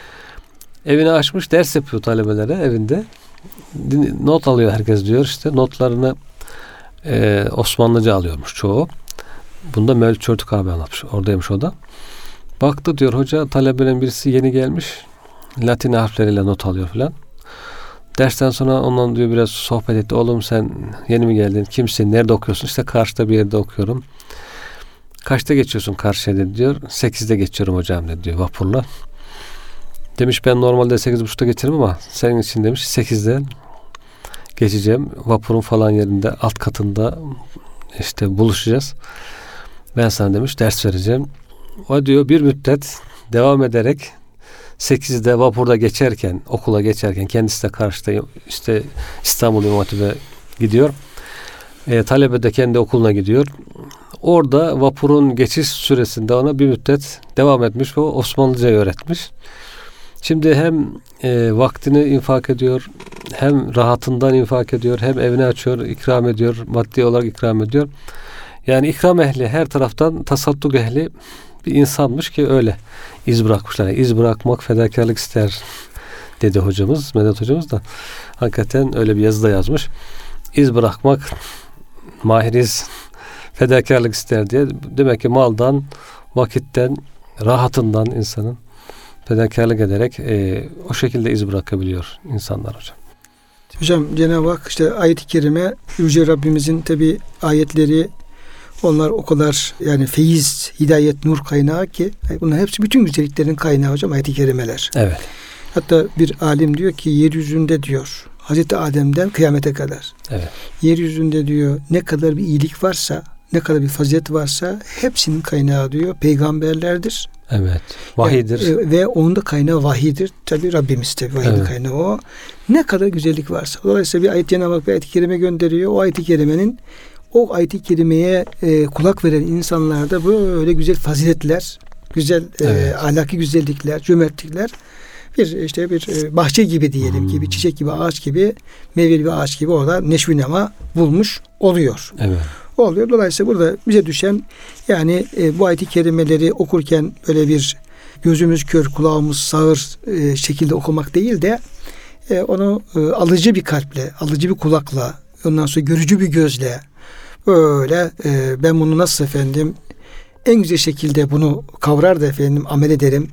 Evini açmış ders yapıyor talebelere evinde. Not alıyor herkes diyor işte notlarını e, Osmanlıca alıyormuş çoğu. Bunda Mevlüt Çortuk abi anlatmış. Oradaymış o da. Baktı diyor hoca talebelerin birisi yeni gelmiş. Latin harfleriyle not alıyor falan. Dersten sonra ondan diyor biraz sohbet etti. Oğlum sen yeni mi geldin? Kimsin? Nerede okuyorsun? İşte karşıda bir yerde okuyorum. Kaçta geçiyorsun karşıya dedi diyor. Sekizde geçiyorum hocam dedi diyor vapurla. Demiş ben normalde sekiz buçukta geçerim ama senin için demiş sekizde geçeceğim. Vapurun falan yerinde alt katında işte buluşacağız. Ben sana demiş ders vereceğim. O diyor bir müddet devam ederek sekizde vapurda geçerken okula geçerken kendisi de karşıda işte İstanbul İmam Hatip'e gidiyor. E, talebe de kendi okuluna gidiyor. Orada vapurun geçiş süresinde ona bir müddet devam etmiş ve Osmanlıca öğretmiş. Şimdi hem e, vaktini infak ediyor, hem rahatından infak ediyor, hem evini açıyor, ikram ediyor, maddi olarak ikram ediyor. Yani ikram ehli, her taraftan tasadduk ehli bir insanmış ki öyle iz bırakmışlar. Yani iz bırakmak fedakarlık ister dedi hocamız, Medet hocamız da. Hakikaten öyle bir yazı da yazmış. İz bırakmak mahiriz, fedakarlık ister diye. Demek ki maldan, vakitten, rahatından insanın fedakarlık ederek e, o şekilde iz bırakabiliyor insanlar hocam. Hocam Cenab-ı Hak işte ayet-i kerime Yüce Rabbimizin tabi ayetleri onlar o kadar yani feyiz, hidayet, nur kaynağı ki bunların hepsi bütün güzelliklerin kaynağı hocam ayet-i kerimeler. Evet. Hatta bir alim diyor ki yeryüzünde diyor Hazreti Adem'den kıyamete kadar. Evet. Yeryüzünde diyor ne kadar bir iyilik varsa, ne kadar bir fazilet varsa hepsinin kaynağı diyor peygamberlerdir. Evet. Vahiydir. Yani, ve onun da kaynağı vahiydir. Tabi Rabbimiz tabi vahiydir evet. kaynağı o. Ne kadar güzellik varsa. Dolayısıyla bir ayet Cenab-ı Hak bir ayet-i kerime gönderiyor. O ayet-i kerimenin o ayet-i kerimeye e, kulak veren insanlarda böyle güzel faziletler, güzel evet. e, ahlaki güzellikler, cömertlikler bir işte bir e, bahçe gibi diyelim hmm. ki bir çiçek gibi, ağaç gibi, meyveli bir ağaç gibi orada neşvi nema bulmuş oluyor. Evet. Oluyor. Dolayısıyla burada bize düşen yani e, bu ayet-i kerimeleri okurken böyle bir gözümüz kör, kulağımız sağır e, şekilde okumak değil de e, onu e, alıcı bir kalple, alıcı bir kulakla, ondan sonra görücü bir gözle böyle e, ben bunu nasıl efendim en güzel şekilde bunu kavrar da efendim amel ederim.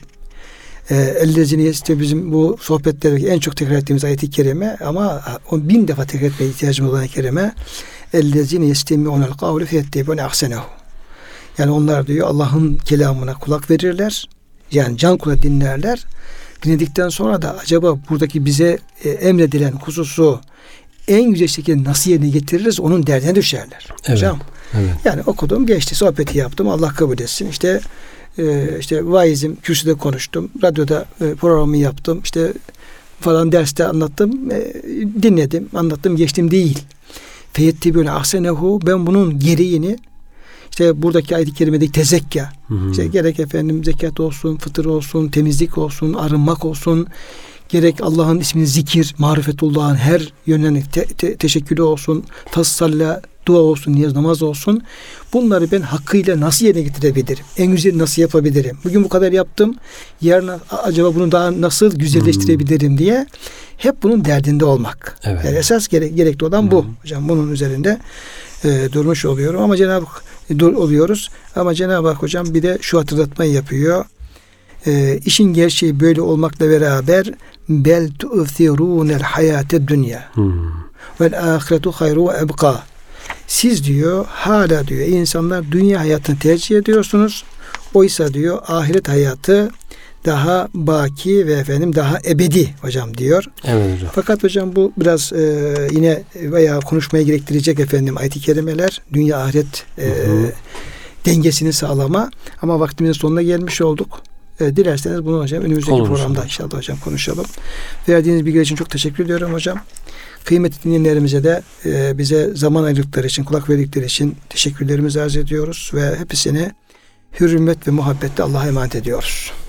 Ellezine işte bizim bu sohbetlerdeki en çok tekrar ettiğimiz ayet-i kerime ama on bin defa tekrar etmeye ihtiyacımız olan kerime ellezine yestemi'unel kavle feyettebune ahsenehu. Yani onlar diyor Allah'ın kelamına kulak verirler. Yani can kulağı dinlerler. Dinledikten sonra da acaba buradaki bize e, emredilen hususu en güzel şekilde nasıl yerine getiririz onun derdine düşerler. Evet, hocam. Evet. Yani okudum, geçti, sohbeti yaptım. Allah kabul etsin. İşte e, işte vaizim, kürsüde konuştum. Radyoda e, programı yaptım. İşte falan derste anlattım, e, dinledim, anlattım, geçtim değil. Feyetti böyle ahsenehu, ben bunun gereğini, işte buradaki ayet-i kerimedeki tezekka, hı hı. işte gerek efendim zekat olsun, fıtır olsun, temizlik olsun, arınmak olsun, gerek Allah'ın ismini zikir, marifetullah'ın her yönden te- te- teşekkürü olsun, tassalla, dua olsun, niyaz, namaz olsun. Bunları ben hakkıyla nasıl yerine getirebilirim? En güzel nasıl yapabilirim? Bugün bu kadar yaptım. Yarın acaba bunu daha nasıl güzelleştirebilirim hmm. diye hep bunun derdinde olmak. Evet. Yani esas gerek, gerekli olan hmm. bu. Hocam bunun üzerinde e, durmuş oluyorum. Ama Cenab-ı Hak dur oluyoruz. Ama Cenab-ı Hak hocam bir de şu hatırlatmayı yapıyor. E, işin gerçeği böyle olmakla beraber bel tu'thirûnel hayâted dünya vel âhiretu hayru ve ebqâ. Siz diyor hala diyor insanlar dünya hayatını tercih ediyorsunuz. Oysa diyor ahiret hayatı daha baki ve efendim daha ebedi hocam diyor. Evet hocam. Fakat hocam bu biraz e, yine veya konuşmaya gerektirecek efendim ayet-i kerimeler, dünya ahiret e, dengesini sağlama, ama vaktimizin sonuna gelmiş olduk. E, dilerseniz bunu hocam önümüzdeki Olur programda hocam. inşallah hocam konuşalım. Verdiğiniz bilgiler için çok teşekkür ediyorum hocam. Kıymetli dinleyenlerimize de e, bize zaman ayırdıkları için, kulak verdikleri için teşekkürlerimizi arz ediyoruz ve hepsini hürmet ve muhabbetle Allah'a emanet ediyoruz.